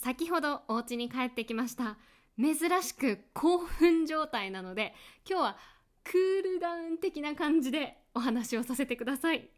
先ほどお家に帰ってきました。珍しく興奮状態なので、今日はクールダウン的な感じでお話をさせてください。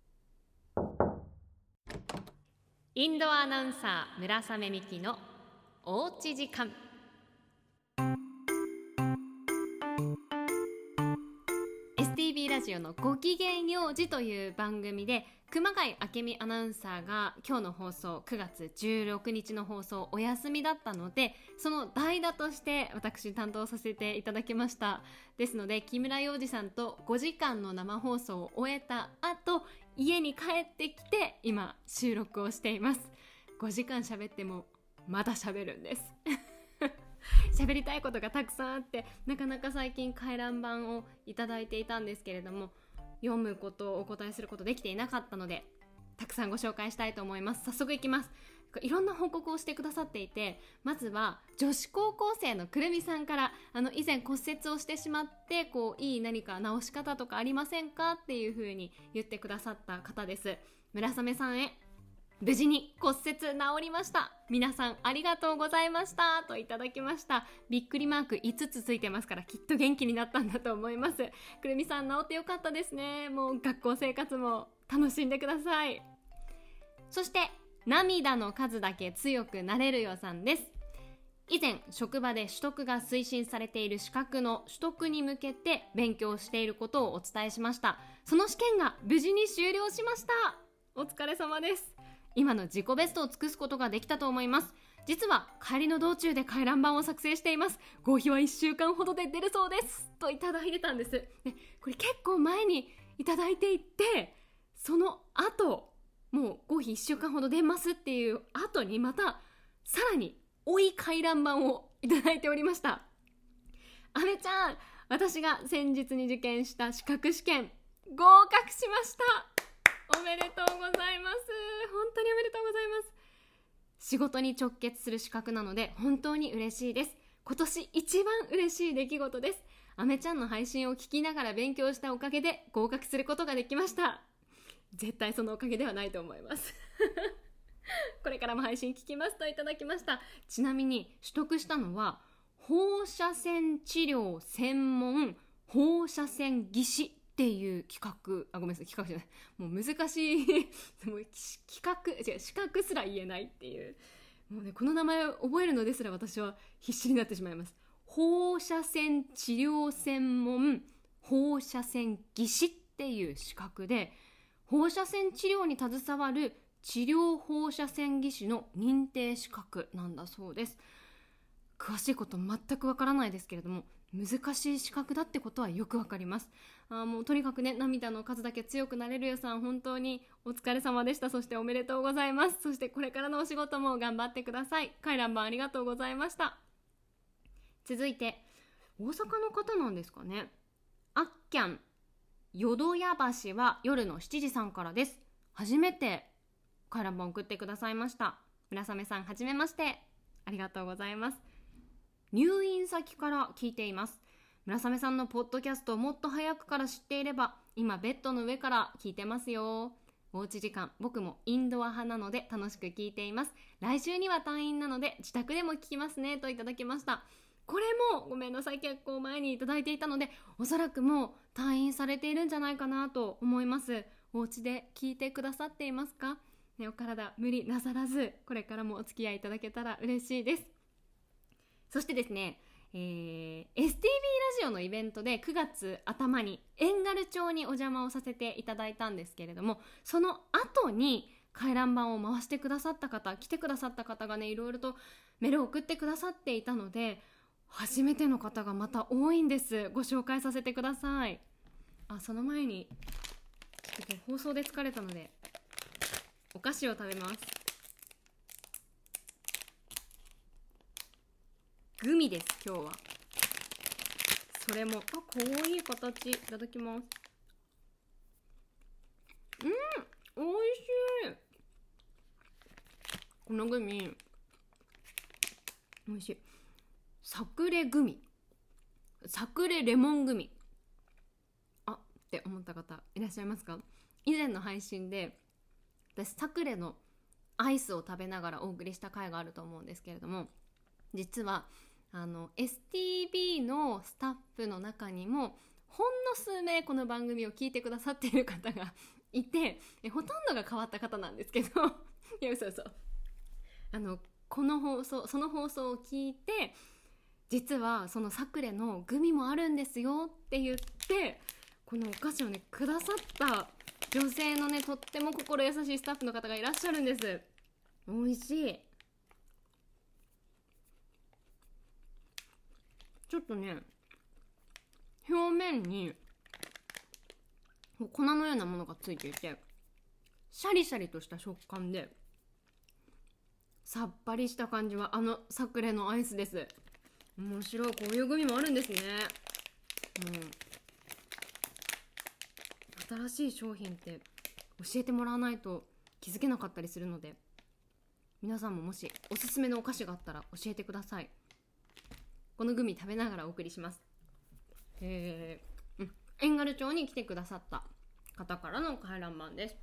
インドアナウンサー村雨美希のおうち時間。STB ラジオのごきげんようじという番組で、熊谷明美アナウンサーが今日の放送9月16日の放送お休みだったので、その代打として私担当させていただきました。ですので木村洋二さんと5時間の生放送を終えた後、家に帰ってきて今収録をしています。5時間喋ってもまだ喋るんです喋りたいことがたくさんあって、なかなか最近回覧板をいただいていたんですけれども、読むことお答えすることできていなかったので、たくさんご紹介したいと思います。早速いきます。いろんな報告をしてくださっていて、まずは女子高校生のくるみさんから、以前骨折をしてしまって、いい何か治し方とかありませんかっていう風に言ってくださった方です。村雨さんへ、無事に骨折治りました。皆さんありがとうございましたといただきました。びっくりマーク5つついてますから、きっと元気になったんだと思います。くるみさん治ってよかったですね。もう学校生活も楽しんでください。そして涙の数だけ強くなれるよさんです。以前職場で取得が推進されている資格の取得に向けて勉強していることをお伝えしました。その試験が無事に終了しました。お疲れ様です。今の自己ベストを尽くすことができたと思います。実は帰りの道中で回覧板を作成しています。合否は1週間ほどで出るそうですといただいてたんです、ね、これ結構前にいただいていて、その後もう合否1週間ほど出ますっていう後にまたさらに追い回覧板をいただいておりました。あめちゃん、私が先日に受験した資格試験合格しました。おめでとうございます。本当におめでとうございます。仕事に直結する資格なので本当に嬉しいです。今年一番嬉しい出来事です。あめちゃんの配信を聞きながら勉強したおかげで合格することができました。絶対そのおかげではないと思いますこれからも配信聞きますといただきました。ちなみに取得したのは放射線治療専門放射線技師っていう企画、ごめんなさい、企画じゃない、もう難しいもう資格すら言えないっていう、もうね、この名前を覚えるのですら私は必死になってしまいます。放射線治療専門放射線技師っていう資格で、放射線治療に携わる治療放射線技師の認定資格なんだそうです。詳しいこと全くわからないですけれども、難しい資格だってことはよくわかります。もうとにかくね、涙の数だけ強くなれるよさん、本当にお疲れ様でした。そしておめでとうございます。そしてこれからのお仕事も頑張ってください。回覧板ありがとうございました。続いて大阪の方なんですかね。あっきゃん淀屋橋は夜の7時さんからです。初めて回覧板送ってくださいました。村雨さん、はじめまして。ありがとうございます。入院先から聞いています。村雨さんのポッドキャストをもっと早くから知っていれば、今ベッドの上から聞いてますよ。おうち時間、僕もインドア派なので楽しく聞いています。来週には退院なので自宅でも聞きますねといただきました。これもごめんなさい、結構前にいただいていたので、おそらくもう退院されているんじゃないかなと思います。お家で聞いてくださっていますか、ね、お体無理なさらず、これからもお付き合いいただけたら嬉しいです。そしてですね、STB ラジオのイベントで9月頭に遠軽町にお邪魔をさせていただいたんですけれども、その後に回覧板を回してくださった方、来てくださった方がね、いろいろとメールを送ってくださっていたので、初めての方がまた多いんです。ご紹介させてください。その前にちょっと放送で疲れたのでお菓子を食べます。グミです、今日は。それもかわいい形。いただきます。おいしい。このグミおいしい。サクレグミ、サクレレモングミって思った方いらっしゃいますか？以前の配信で私サクレのアイスを食べながらお送りした回があると思うんですけれども、実はSTB のスタッフの中にもほんの数名この番組を聞いてくださっている方がいて、ほとんどが変わった方なんですけどいや嘘この放送その放送を聞いて、実はそのサクレのグミもあるんですよって言ってこのお菓子をねくださった女性のねとっても心優しいスタッフの方がいらっしゃるんです。美味しい。ちょっとね表面に粉のようなものがついていて、シャリシャリとした食感でさっぱりした感じはサクレのアイスです。面白い、こういうグミもあるんですね。新しい商品って教えてもらわないと気づけなかったりするので、皆さんももしおすすめのお菓子があったら教えてください。このグミ食べながらお送りします。遠軽町に来てくださった方からの回覧板です。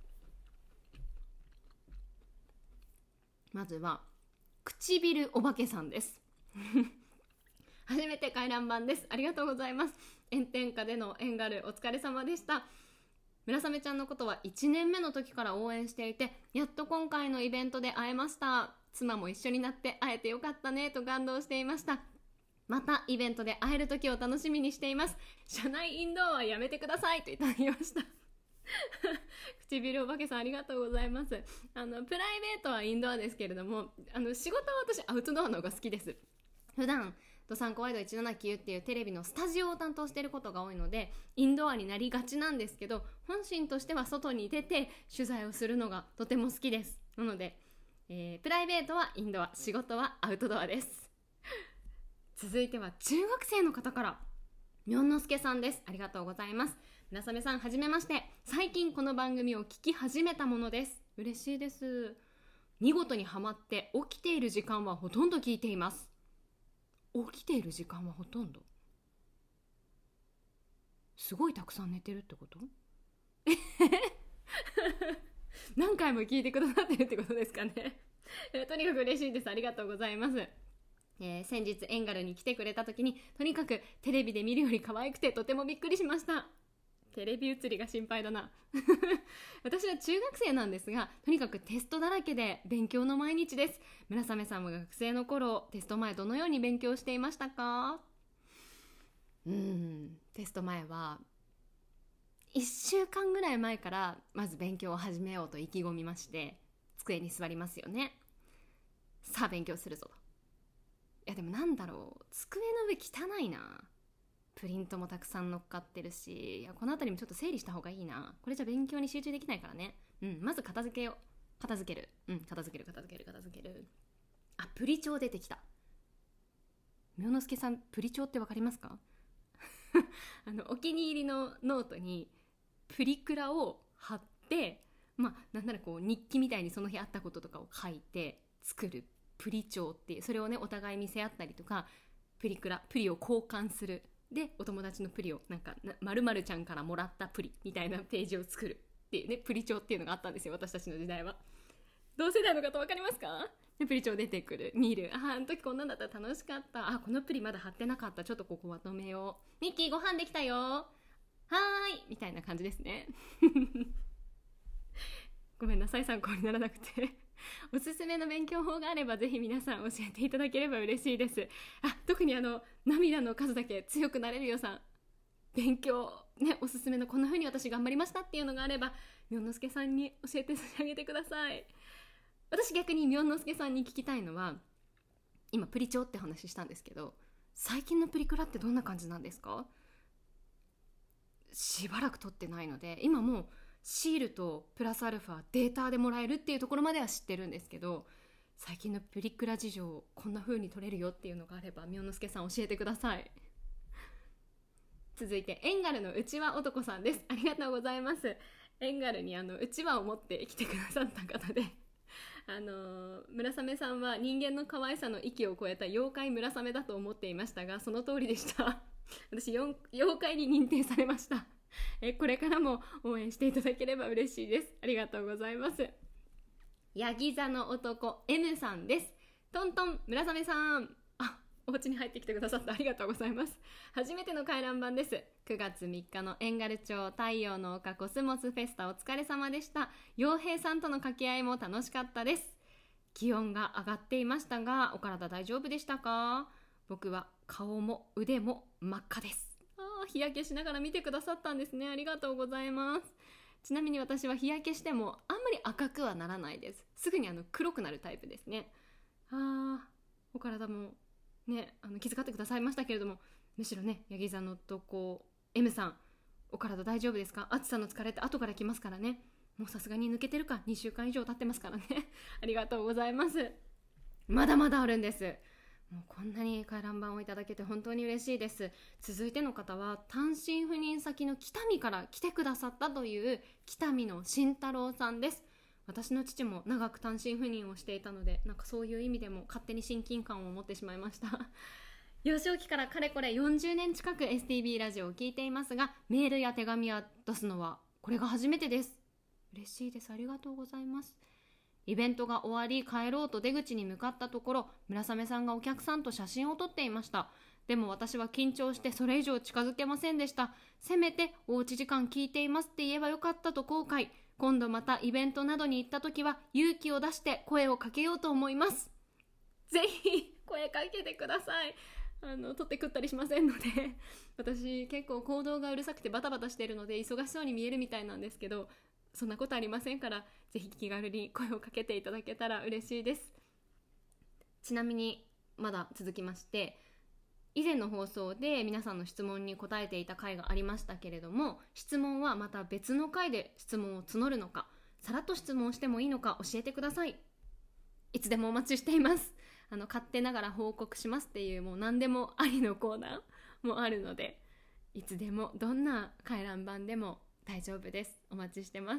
まずは唇お化けさんです初めて回覧板です。ありがとうございます。炎天下での遠軽お疲れ様でした。村雨ちゃんのことは1年目の時から応援していて、やっと今回のイベントで会えました。妻も一緒になって会えてよかったねと感動していました。またイベントで会える時を楽しみにしています。社内インドアはやめてくださいといただきました唇お化けさんありがとうございます。プライベートはインドアですけれども、仕事は私アウトドアの方が好きです。普段ドサンコワイド179っていうテレビのスタジオを担当していることが多いのでインドアになりがちなんですけど、本心としては外に出て取材をするのがとても好きです。なので、プライベートはインドア、仕事はアウトドアです続いては中学生の方から、みょんのすけさんです。ありがとうございます。村雨さんはじめまして。最近この番組を聞き始めたものです。嬉しいです。見事にハマって起きている時間はほとんど聞いています。起きている時間はほとんど、すごいたくさん寝てるってこと何回も聞いてくださってるってことですかねとにかく嬉しいです。ありがとうございます。先日エンガルに来てくれた時にとにかくテレビで見るより可愛くてとてもびっくりしました。テレビ映りが心配だな私は中学生なんですが、とにかくテストだらけで勉強の毎日です。村雨さんも学生の頃テスト前どのように勉強していましたか？テスト前は1週間ぐらい前からまず勉強を始めようと意気込みまして、机に座りますよね。さあ勉強するぞと。いやでもなんだろう、机の上汚いな、プリントもたくさん乗っかってるし、いやこの辺りもちょっと整理した方がいいな、これじゃ勉強に集中できないからね。まず片付ける。片付ける。あ、プリ帳出てきた。みょのすけさん、プリ帳ってわかりますかお気に入りのノートにプリクラを貼って、なんならこう日記みたいにその日あったこととかを書いて作るプリ帳っていう、それをねお互い見せ合ったりとか、プリを交換する、でお友達のプリを〇〇ちゃんからもらったプリみたいなページを作るっていうね、プリ帳っていうのがあったんですよ、私たちの時代は。同世代の方分かりますか？でプリ帳出てくる、見る、あの時こんなんだったら楽しかった、あこのプリまだ貼ってなかった、ちょっとここまとめよう、ミッキーご飯できたよ、はーいみたいな感じですねごめんなさい、参考にならなくておすすめの勉強法があればぜひ皆さん教えていただければ嬉しいです。特に涙の数だけ強くなれるよさん、勉強ねおすすめのこんな風に私頑張りましたっていうのがあればみょんのすけさんに教えて差し上げてください。私逆にみょんのすけさんに聞きたいのは、今プリ帳って話したんですけど、最近のプリクラってどんな感じなんですか？しばらく撮ってないので、今もうシールとプラスアルファデータでもらえるっていうところまでは知ってるんですけど、最近のプリクラ事情こんな風に撮れるよっていうのがあればみょんのすけさん教えてください。続いてエンガルのうちわ男さんです。ありがとうございます。エンガルにうちわを持って来てくださった方で、村雨さんは人間の可愛さの域を超えた妖怪村雨だと思っていましたが、その通りでした私妖怪に認定されましたこれからも応援していただければ嬉しいです。ありがとうございます。 ヤギ座の男 M さんです。トントン村雨さん、お家に入ってきてくださってありがとうございます。初めての回覧板です。9月3日の遠軽町太陽の丘コスモスフェスタお疲れ様でした。陽平さんとの掛け合いも楽しかったです。気温が上がっていましたがお体大丈夫でしたか？僕は顔も腕も真っ赤です。日焼けしながら見てくださったんですね。ありがとうございます。ちなみに私は日焼けしてもあんまり赤くはならないです。すぐに黒くなるタイプですね。お体もね、気遣ってくださいましたけれども、むしろね、ヤギ座の男 M さん、お体大丈夫ですか？暑さの疲れって後から来ますからね。もうさすがに抜けてるか、2週間以上経ってますからねありがとうございます。まだまだあるんです。もうこんなに回覧板をいただけて本当に嬉しいです。続いての方は単身赴任先の北見から来てくださったという北見の慎太郎さんです。私の父も長く単身赴任をしていたので、なんかそういう意味でも勝手に親近感を持ってしまいました幼少期からかれこれ40年近く STB ラジオを聞いていますが、メールや手紙を出すのはこれが初めてです。嬉しいです。ありがとうございます。イベントが終わり帰ろうと出口に向かったところ、村雨さんがお客さんと写真を撮っていました。でも私は緊張してそれ以上近づけませんでした。せめておうち時間聞いていますって言えばよかったと後悔。今度またイベントなどに行った時は勇気を出して声をかけようと思います。ぜひ声かけてください。撮って食ったりしませんので私結構行動がうるさくてバタバタしているので忙しそうに見えるみたいなんですけど、そんなことありませんから、ぜひ気軽に声をかけていただけたら嬉しいです。ちなみにまだ続きまして、以前の放送で皆さんの質問に答えていた回がありましたけれども、質問はまた別の回で質問を募るのか、さらっと質問してもいいのか教えてください。いつでもお待ちしています。勝手ながら報告しますっていう、もう何でもありのコーナーもあるので、いつでもどんな回覧板でも大丈夫です。お待ちしてます。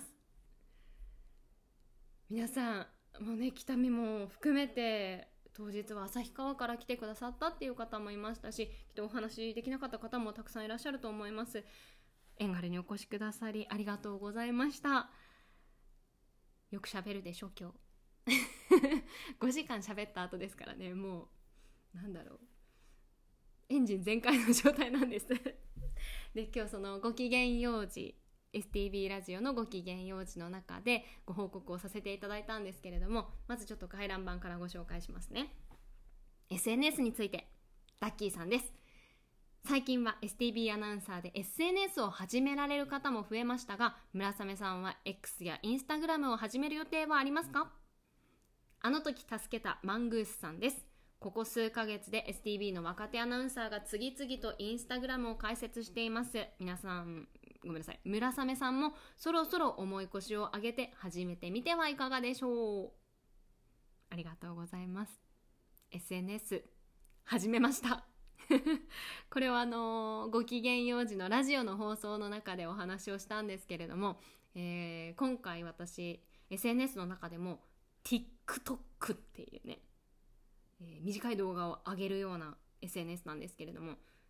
皆さんもうね、北見も含めて当日は旭川から来てくださったっていう方もいましたし、きっとお話できなかった方もたくさんいらっしゃると思います。遠軽にお越しくださりありがとうございました。よく喋るでしょ今日5時間喋った後ですからね、もうエンジン全開の状態なんですで、今日そのご機嫌用事、STB ラジオのご機嫌用事の中でご報告をさせていただいたんですけれども、まずちょっと回覧板からご紹介しますね。 SNS についてダッキーさんです。最近は STB アナウンサーで SNS を始められる方も増えましたが、村雨さんは X や Instagram を始める予定はありますか？あの時助けたマングースさんです。ここ数ヶ月で STB の若手アナウンサーが次々とインスタグラムを開設しています。皆さんごめんなさい、村雨さんもそろそろ重い腰を上げて始めてみてはいかがでしょう。ありがとうございます。 SNS 始めましたこれはご機嫌用事のラジオの放送の中でお話をしたんですけれども、今回私 SNS の中でも TikTok っていうね、短い動画を上げるような SNS なんですけれども、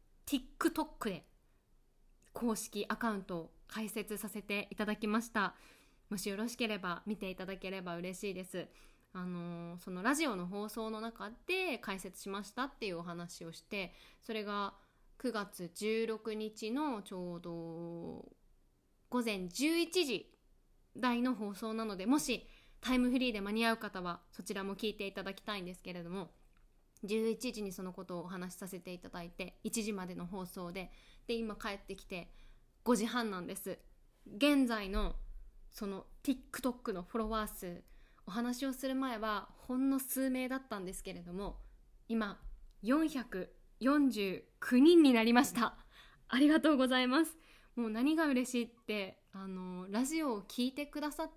TikTok で公式アカウントを開設させていただきました。もしよろしければ見ていただければ嬉しいです。そのラジオの放送の中で開設しましたっていうお話をして、それが9月16日のちょうど午前11時台の放送なので、もしタイムフリーで間に合う方はそちらも聞いていただきたいんですけれども、11時にそのことをお話しさせていただいて、1時までの放送で今帰ってきて5時半なんです。現在のその TikTok のフォロワー数、お話をする前はほんの数名だったんですけれども、今449人になりました。ありがとうございます。もう何が嬉しいってラジオを聞いてくださって、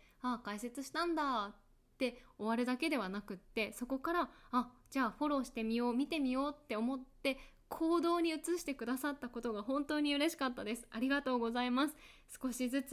解説したんだって終わるだけではなくって、そこからじゃあフォローしてみよう、見てみようって思って行動に移してくださったことが本当に嬉しかったです。ありがとうございます。少しずつ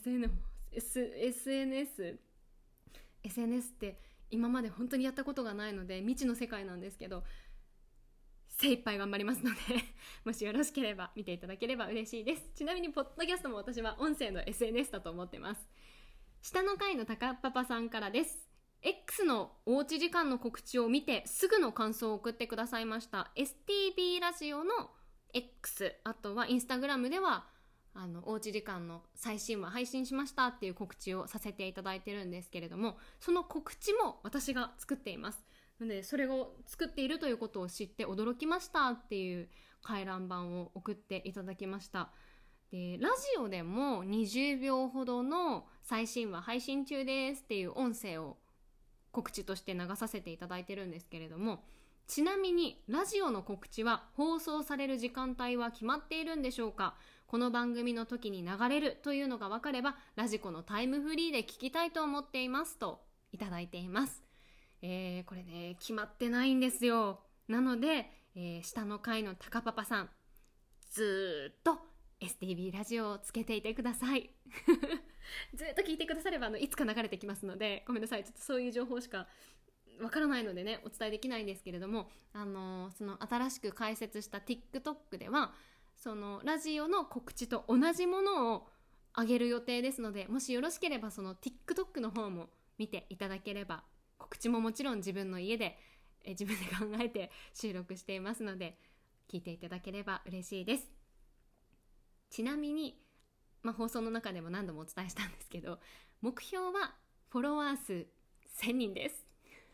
SNS って今まで本当にやったことがないので未知の世界なんですけど、精一杯頑張りますのでもしよろしければ見ていただければ嬉しいです。ちなみにポッドキャストも私は音声の SNS だと思ってます。下の階の高パパさんからです。 X のおうち時間の告知を見てすぐの感想を送ってくださいました STB ラジオの X、 あとはインスタグラムではおうち時間の最新話配信しましたっていう告知をさせていただいてるんですけれども、その告知も私が作っています。なのでそれを作っているということを知って驚きましたっていう回覧板を送っていただきました。でラジオでも20秒ほどの最新話配信中ですっていう音声を告知として流させていただいてるんですけれども、ちなみにラジオの告知は放送される時間帯は決まっているんでしょうか。この番組の時に流れるというのが分かればラジコのタイムフリーで聞きたいと思っていますといただいています。これね決まってないんですよ。なので、下の階の高パパさんずっと STB ラジオをつけていてくださいずっと聞いてくださればいつか流れてきますので、ごめんなさい、ちょっとそういう情報しかわからないのでねお伝えできないんですけれども、その新しく開設した TikTok ではそのラジオの告知と同じものを上げる予定ですので、もしよろしければその TikTok の方も見ていただければ、告知ももちろん自分の家で自分で考えて収録していますので聞いていただければ嬉しいです。ちなみに、放送の中でも何度もお伝えしたんですけど、目標はフォロワー数1000人です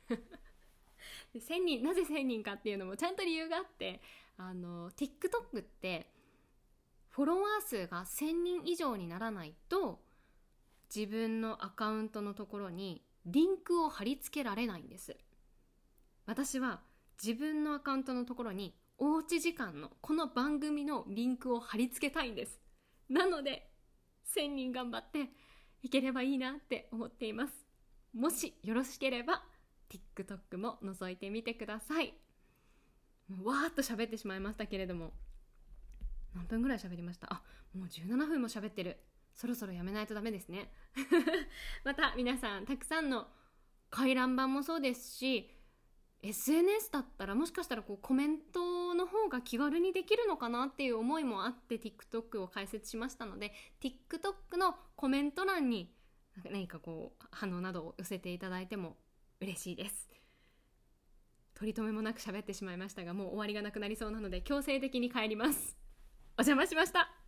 1000人、なぜ1000人かっていうのもちゃんと理由があって、TikTok ってフォロワー数が1000人以上にならないと自分のアカウントのところにリンクを貼り付けられないんです。私は自分のアカウントのところにおうち時間のこの番組のリンクを貼り付けたいんです。なので1000人頑張っていければいいなって思っています。もしよろしければ TikTok も覗いてみてください。わーっと喋ってしまいましたけれども、何分ぐらい喋りました？もう17分も喋ってる。そろそろやめないとダメですねまた皆さんたくさんの回覧板もそうですし、 SNS だったらもしかしたらコメントの方が気軽にできるのかなっていう思いもあって TikTok を開設しましたので、 TikTok のコメント欄に何か反応などを寄せていただいても嬉しいです。取り留めもなく喋ってしまいましたが、もう終わりがなくなりそうなので強制的に帰ります。お邪魔しました。